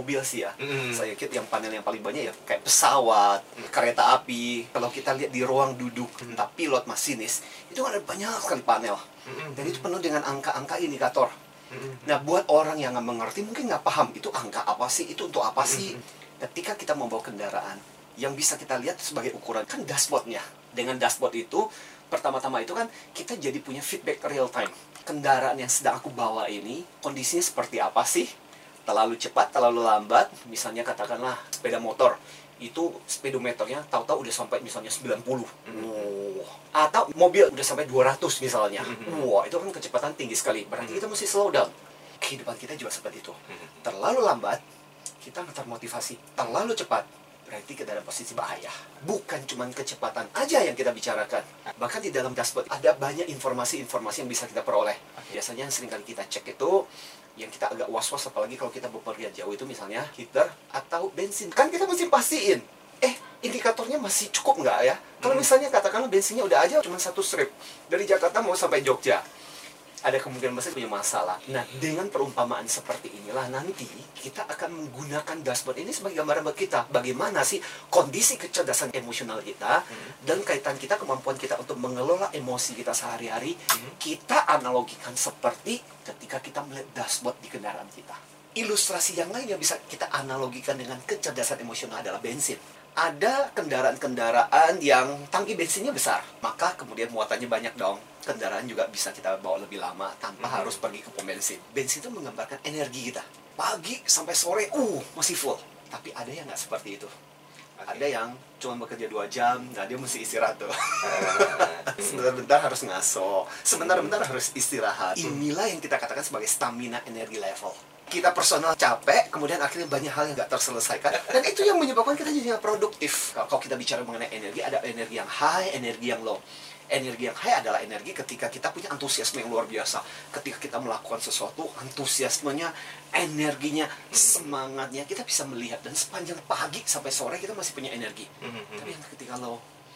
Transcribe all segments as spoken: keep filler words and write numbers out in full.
mobil sih ya. Mm. Saya kira yang panel yang paling banyak ya kayak pesawat, kereta api. Kalau kita lihat di ruang duduk, Mm. entah pilot, masinis, itu ada banyak sekali panel. Mm. Dan itu penuh dengan angka-angka indikator. Mm. Nah, buat orang yang nggak mengerti, mungkin nggak paham itu angka apa sih, itu untuk apa sih. Ketika kita membawa kendaraan, yang bisa kita lihat sebagai ukuran kan dashboardnya. Dengan dashboard itu, pertama-tama itu kan kita jadi punya feedback real time. Kendaraan yang sedang aku bawa ini, kondisinya seperti apa sih? Terlalu cepat, terlalu lambat. Misalnya katakanlah sepeda motor, itu speedometernya tahu-tahu udah sampai misalnya sembilan puluh. Wow. Atau mobil udah sampai dua ratus misalnya. Wah, wow, itu kan kecepatan tinggi sekali. Berarti kita mesti slow down. Kehidupan kita juga seperti itu. Terlalu lambat, kita nggak termotivasi. Terlalu cepat, berarti kita dalam posisi bahaya. Bukan cuma kecepatan aja yang kita bicarakan. Bahkan di dalam dashboard ada banyak informasi-informasi yang bisa kita peroleh. Biasanya yang seringkali kita cek itu, yang kita agak was-was apalagi kalau kita bepergian jauh itu misalnya heater atau bensin. Kan kita mesti pastiin, eh indikatornya masih cukup nggak ya? Kalau misalnya katakanlah bensinnya udah aja cuma satu strip dari Jakarta mau sampai Jogja, ada kemungkinan besar punya masalah. Nah, dengan perumpamaan seperti inilah nanti kita akan menggunakan dashboard ini sebagai gambaran buat kita. Bagaimana sih kondisi kecerdasan emosional kita hmm. dan kaitan kita, kemampuan kita untuk mengelola emosi kita sehari-hari. Hmm. Kita analogikan seperti ketika kita melihat dashboard di kendaraan kita. Ilustrasi yang lain yang bisa kita analogikan dengan kecerdasan emosional adalah bensin. Ada kendaraan-kendaraan yang tangki bensinnya besar, maka kemudian muatannya banyak dong. Kendaraan juga bisa kita bawa lebih lama tanpa mm-hmm. harus pergi ke pom bensin. Bensin itu menggambarkan energi kita. Pagi sampai sore, uh, masih full. Tapi ada yang nggak seperti itu. Okay. Ada yang cuma bekerja dua jam, nah dia mesti istirahat tuh. Sebentar-bentar harus ngaso, sebentar-bentar harus istirahat. Inilah yang kita katakan sebagai stamina energi level. Kita personal capek, kemudian akhirnya banyak hal yang nggak terselesaikan. Dan itu yang menyebabkan kita jadi nggak produktif. Kalau kita bicara mengenai energi, ada energi yang high, energi yang low. Energi yang high adalah energi ketika kita punya antusiasme yang luar biasa. Ketika kita melakukan sesuatu, antusiasmenya, energinya, semangatnya, kita bisa melihat. Dan sepanjang pagi sampai sore kita masih punya energi. Mm-hmm. Tapi yang ketika low,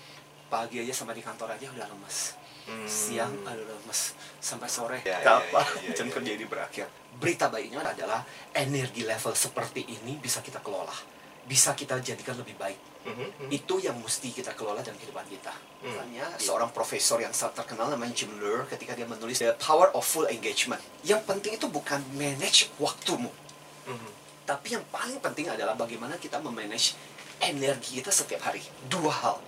pagi aja sama di kantor aja udah lemes. Mm-hmm. Siang, aduh lemes. Sampai sore, ya, kapan ya, ya, ya, jam ya. kerja ini berakhir. Berita baiknya adalah energi level seperti ini bisa kita kelola. Bisa kita jadikan lebih baik. Mm-hmm. Itu yang mesti kita kelola dalam kehidupan kita. Mm-hmm. Makanya seorang profesor yang sangat terkenal namanya Jim Loehr ketika dia menulis The Power of Full Engagement. Yang penting itu bukan manage waktumu. Mm-hmm. Tapi yang paling penting adalah bagaimana kita memanage energi kita setiap hari. Dua hal.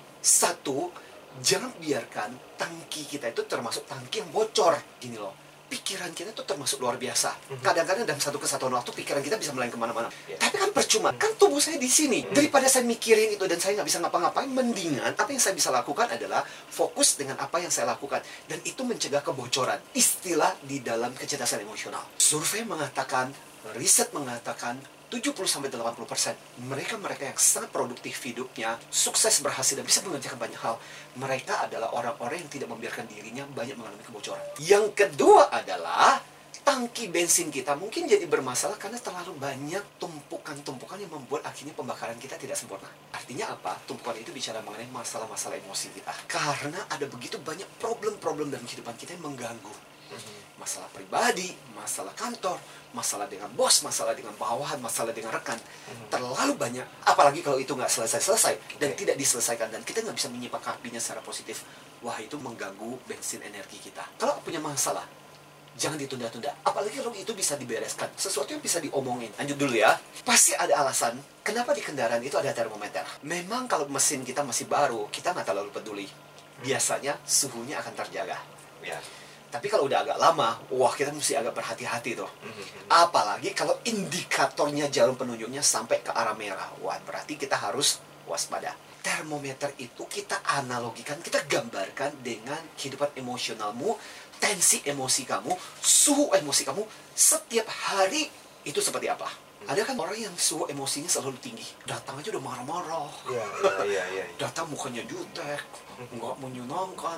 Satu, jangan biarkan tangki kita itu termasuk tangki yang bocor. Gini loh. Pikiran kita itu termasuk luar biasa. Kadang-kadang dalam satu kesatuan waktu pikiran kita bisa melayang kemana-mana. Yeah. Tapi kan percuma. Kan tubuh saya di sini. Mm. Daripada saya mikirin itu dan saya nggak bisa ngapa-ngapain, mendingan apa yang saya bisa lakukan adalah fokus dengan apa yang saya lakukan. Dan itu mencegah kebocoran. Istilah di dalam kecerdasan emosional. Survei mengatakan, riset mengatakan, tujuh puluh sampai delapan puluh persen mereka-mereka yang sangat produktif hidupnya, sukses, berhasil, dan bisa mengerjakan banyak hal, mereka adalah orang-orang yang tidak membiarkan dirinya banyak mengalami kebocoran. Yang kedua adalah tangki bensin kita mungkin jadi bermasalah karena terlalu banyak tumpukan-tumpukan yang membuat akhirnya pembakaran kita tidak sempurna. Artinya apa? Tumpukan itu bicara mengenai masalah-masalah emosi kita. Karena ada begitu banyak problem-problem dalam kehidupan kita yang mengganggu. Masalah pribadi, masalah kantor, masalah dengan bos, masalah dengan bawahan, masalah dengan rekan. Terlalu banyak, apalagi kalau itu nggak selesai-selesai dan tidak diselesaikan dan kita nggak bisa menyikapinya secara positif. Wah, itu mengganggu bensin energi kita. Kalau punya masalah, jangan ditunda-tunda. Apalagi kalau itu bisa dibereskan, sesuatu yang bisa diomongin. Lanjut dulu ya. Pasti ada alasan kenapa di kendaraan itu ada termometer. Memang kalau mesin kita masih baru, kita nggak terlalu peduli. Biasanya suhunya akan terjaga. Ya. Tapi kalau udah agak lama, wah kita mesti agak berhati-hati tuh. Mm-hmm. Apalagi kalau indikatornya jarum penunjuknya sampai ke arah merah. Wah, berarti kita harus waspada. Termometer itu kita analogikan, kita gambarkan dengan kehidupan emosionalmu, tensi emosi kamu, suhu emosi kamu setiap hari itu seperti apa. Ada kan orang yang suhu emosinya selalu tinggi. Datang aja udah marah-marah. Iya, iya, iya. Datang mukanya jutek, nggak menyenangkan.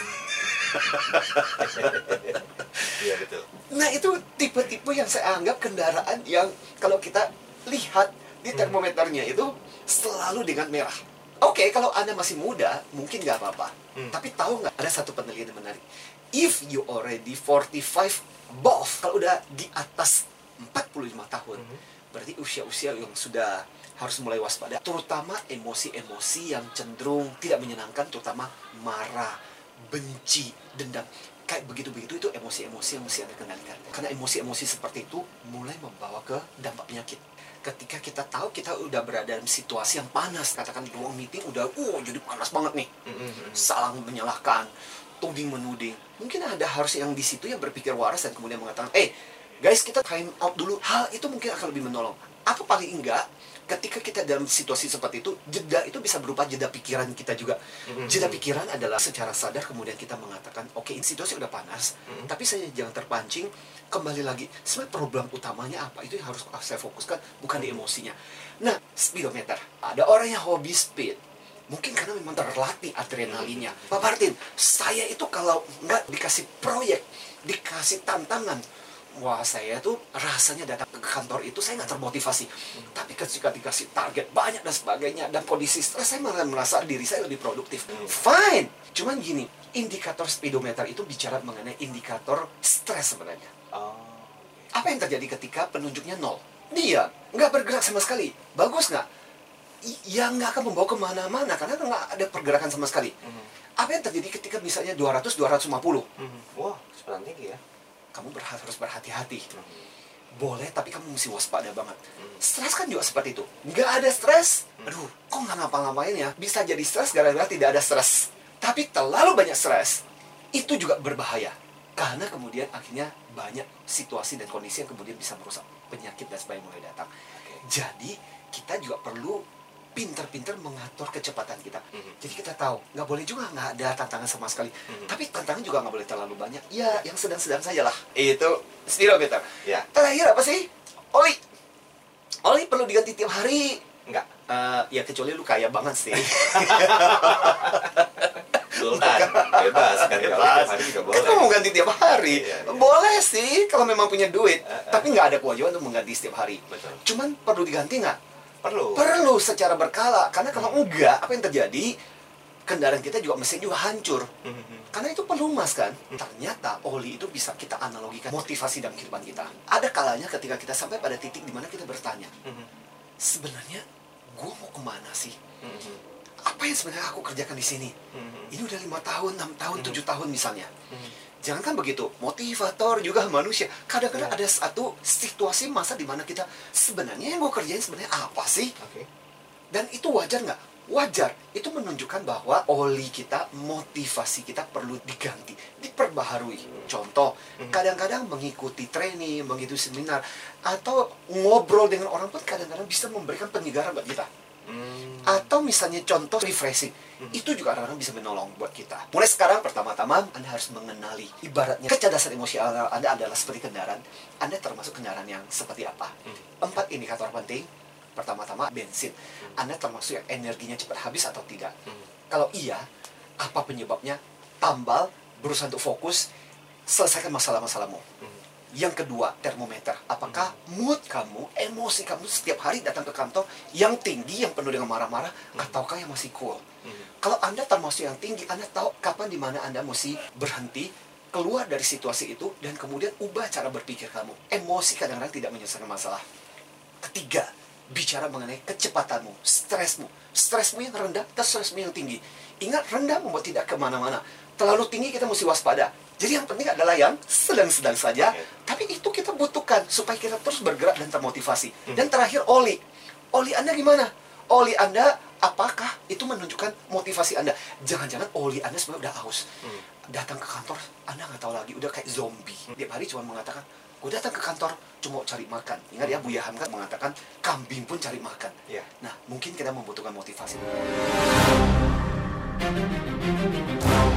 Iya, betul. Nah, itu tipe-tipe yang saya anggap kendaraan yang kalau kita lihat di termometernya itu selalu dengan merah. Oke, okay, kalau Anda masih muda, mungkin nggak apa-apa. Hmm. Tapi tahu nggak, ada satu penelitian menarik. If you already forty-five above, kalau udah di atas empat puluh lima tahun, hmm. berarti usia-usia yang sudah harus mulai waspada. Terutama emosi-emosi yang cenderung tidak menyenangkan, terutama marah, benci, dendam. Kayak begitu-begitu itu emosi-emosi yang mesti Anda kendalikan. Karena emosi-emosi seperti itu mulai membawa ke dampak penyakit. Ketika kita tahu kita udah berada dalam situasi yang panas, katakan ruang meeting udah, uh, jadi panas banget nih. Saling menyalahkan, tuding menuding. Mungkin ada harus yang di situ yang berpikir waras dan kemudian mengatakan, eh, guys, kita time out dulu. Hal itu mungkin akan lebih menolong. Atau paling enggak, ketika kita dalam situasi seperti itu, jeda itu bisa berupa jeda pikiran kita juga. Jeda pikiran adalah secara sadar kemudian kita mengatakan, oke, okay, situasi udah panas, mm-hmm. tapi saya jangan terpancing, kembali lagi. Sebenarnya problem utamanya apa? Itu yang harus saya fokuskan, bukan di emosinya. Nah, speedometer. Ada orang yang hobi speed. Mungkin karena memang terlatih adrenalinnya. Pak Martin, saya itu kalau nggak dikasih proyek, dikasih tantangan, wah, saya tuh rasanya datang ke kantor itu saya nggak termotivasi. Hmm. Tapi ketika dikasih target banyak dan sebagainya dan kondisi stres, saya malah merasa diri saya lebih produktif. Hmm. Fine. Cuman gini, indikator speedometer itu bicara mengenai indikator stres sebenarnya. Oh. Apa yang terjadi ketika penunjuknya nol? Dia nggak bergerak sama sekali. Bagus nggak? Ya nggak akan membawa kemana-mana karena nggak ada pergerakan sama sekali. Hmm. Apa yang terjadi ketika misalnya dua ratus, dua ratus lima puluh? Hmm. Wah, sebenarnya tinggi ya. Kamu berhati, harus berhati-hati. Boleh, tapi kamu mesti waspada banget. Stres kan juga seperti itu. Nggak ada stres, aduh, kok nggak ngapa-ngapain ya? Bisa jadi stres gara-gara tidak ada stres. Tapi terlalu banyak stres, itu juga berbahaya. Karena kemudian akhirnya banyak situasi dan kondisi yang kemudian bisa merusak penyakit dan sebagainya mulai datang. Jadi, kita juga perlu pinter-pinter mengatur kecepatan kita. Mm-hmm. Jadi kita tahu, nggak boleh juga nggak ada tantangan sama sekali. Mm-hmm. Tapi tantangan juga nggak boleh terlalu banyak. Ya, yang sedang-sedang saja lah. Itu speedometer. Ya. Terakhir apa sih? Oli. Oli perlu diganti tiap hari. Nggak. Uh, ya kecuali lu kaya banget sih. Sultan, bebas. Ganti tiap hari juga boleh. Kita mau ganti tiap hari. Iya, iya. Boleh sih kalau memang punya duit. Uh, uh. Tapi nggak ada kewajiban untuk mengganti setiap hari. Betul. Cuman perlu diganti nggak? Perlu. Perlu secara berkala. Karena kalau enggak, apa yang terjadi? Kendaraan kita juga, mesin juga hancur. Mm-hmm. Karena itu pelumas kan. Mm-hmm. Ternyata oli itu bisa kita analogikan motivasi dalam kehidupan kita. Ada kalanya ketika kita sampai pada titik di mana kita bertanya, mm-hmm. sebenarnya gue mau kemana sih? Mm-hmm. Apa yang sebenarnya aku kerjakan di sini? Mm-hmm. Ini udah lima tahun, enam tahun, tujuh mm-hmm. tahun misalnya. Mm-hmm. Jangan kan begitu, motivator juga manusia. Kadang-kadang yeah. ada satu situasi masa di mana kita sebenarnya yang gue kerjain sebenarnya apa sih? Okay. Dan itu wajar nggak? Wajar. Itu menunjukkan bahwa oli kita, motivasi kita perlu diganti, diperbaharui. Contoh, mm-hmm. kadang-kadang mengikuti training, mengikuti seminar, atau ngobrol dengan orang pun kadang-kadang bisa memberikan penyegaran buat kita. Mm. Atau misalnya contoh refreshing, mm. itu juga kadang-kadang bisa menolong buat kita. Mulai sekarang pertama-tama Anda harus mengenali, ibaratnya kecerdasan emosional Anda adalah seperti kendaraan. Anda termasuk kendaraan yang seperti apa? Mm. Empat indikator penting. Pertama-tama bensin. Mm. Anda termasuk yang energinya cepat habis atau tidak? Mm. Kalau iya, apa penyebabnya? Tambal, berusaha untuk fokus, selesaikan masalah-masalahmu. Mm. Yang kedua, termometer. Apakah mood kamu, emosi kamu setiap hari datang ke kantor yang tinggi, yang penuh dengan marah-marah, hmm. ataukah yang masih cool? Hmm. Kalau Anda termasuk yang tinggi, Anda tahu kapan di mana Anda mesti berhenti, keluar dari situasi itu, dan kemudian ubah cara berpikir kamu. Emosi kadang-kadang tidak menyelesaikan masalah. Ketiga, bicara mengenai kecepatanmu, stresmu. Stresmu yang rendah, atau stresmu yang tinggi. Ingat, rendah membuat tidak kemana-mana. Terlalu tinggi kita mesti waspada. Jadi yang penting adalah yang sedang-sedang saja, okay. tapi itu kita butuhkan supaya kita terus bergerak dan termotivasi. Hmm. Dan terakhir, oli. Oli Anda gimana? Oli Anda, apakah itu menunjukkan motivasi Anda? Jangan-jangan oli Anda sebenarnya udah haus. Hmm. Datang ke kantor, Anda nggak tahu lagi, udah kayak zombie. Hmm. Tiap hari cuma mengatakan, gue datang ke kantor cuma cari makan. Ingat ya, Buya Hamka mengatakan, kambing pun cari makan. Yeah. Nah, mungkin kita membutuhkan motivasi.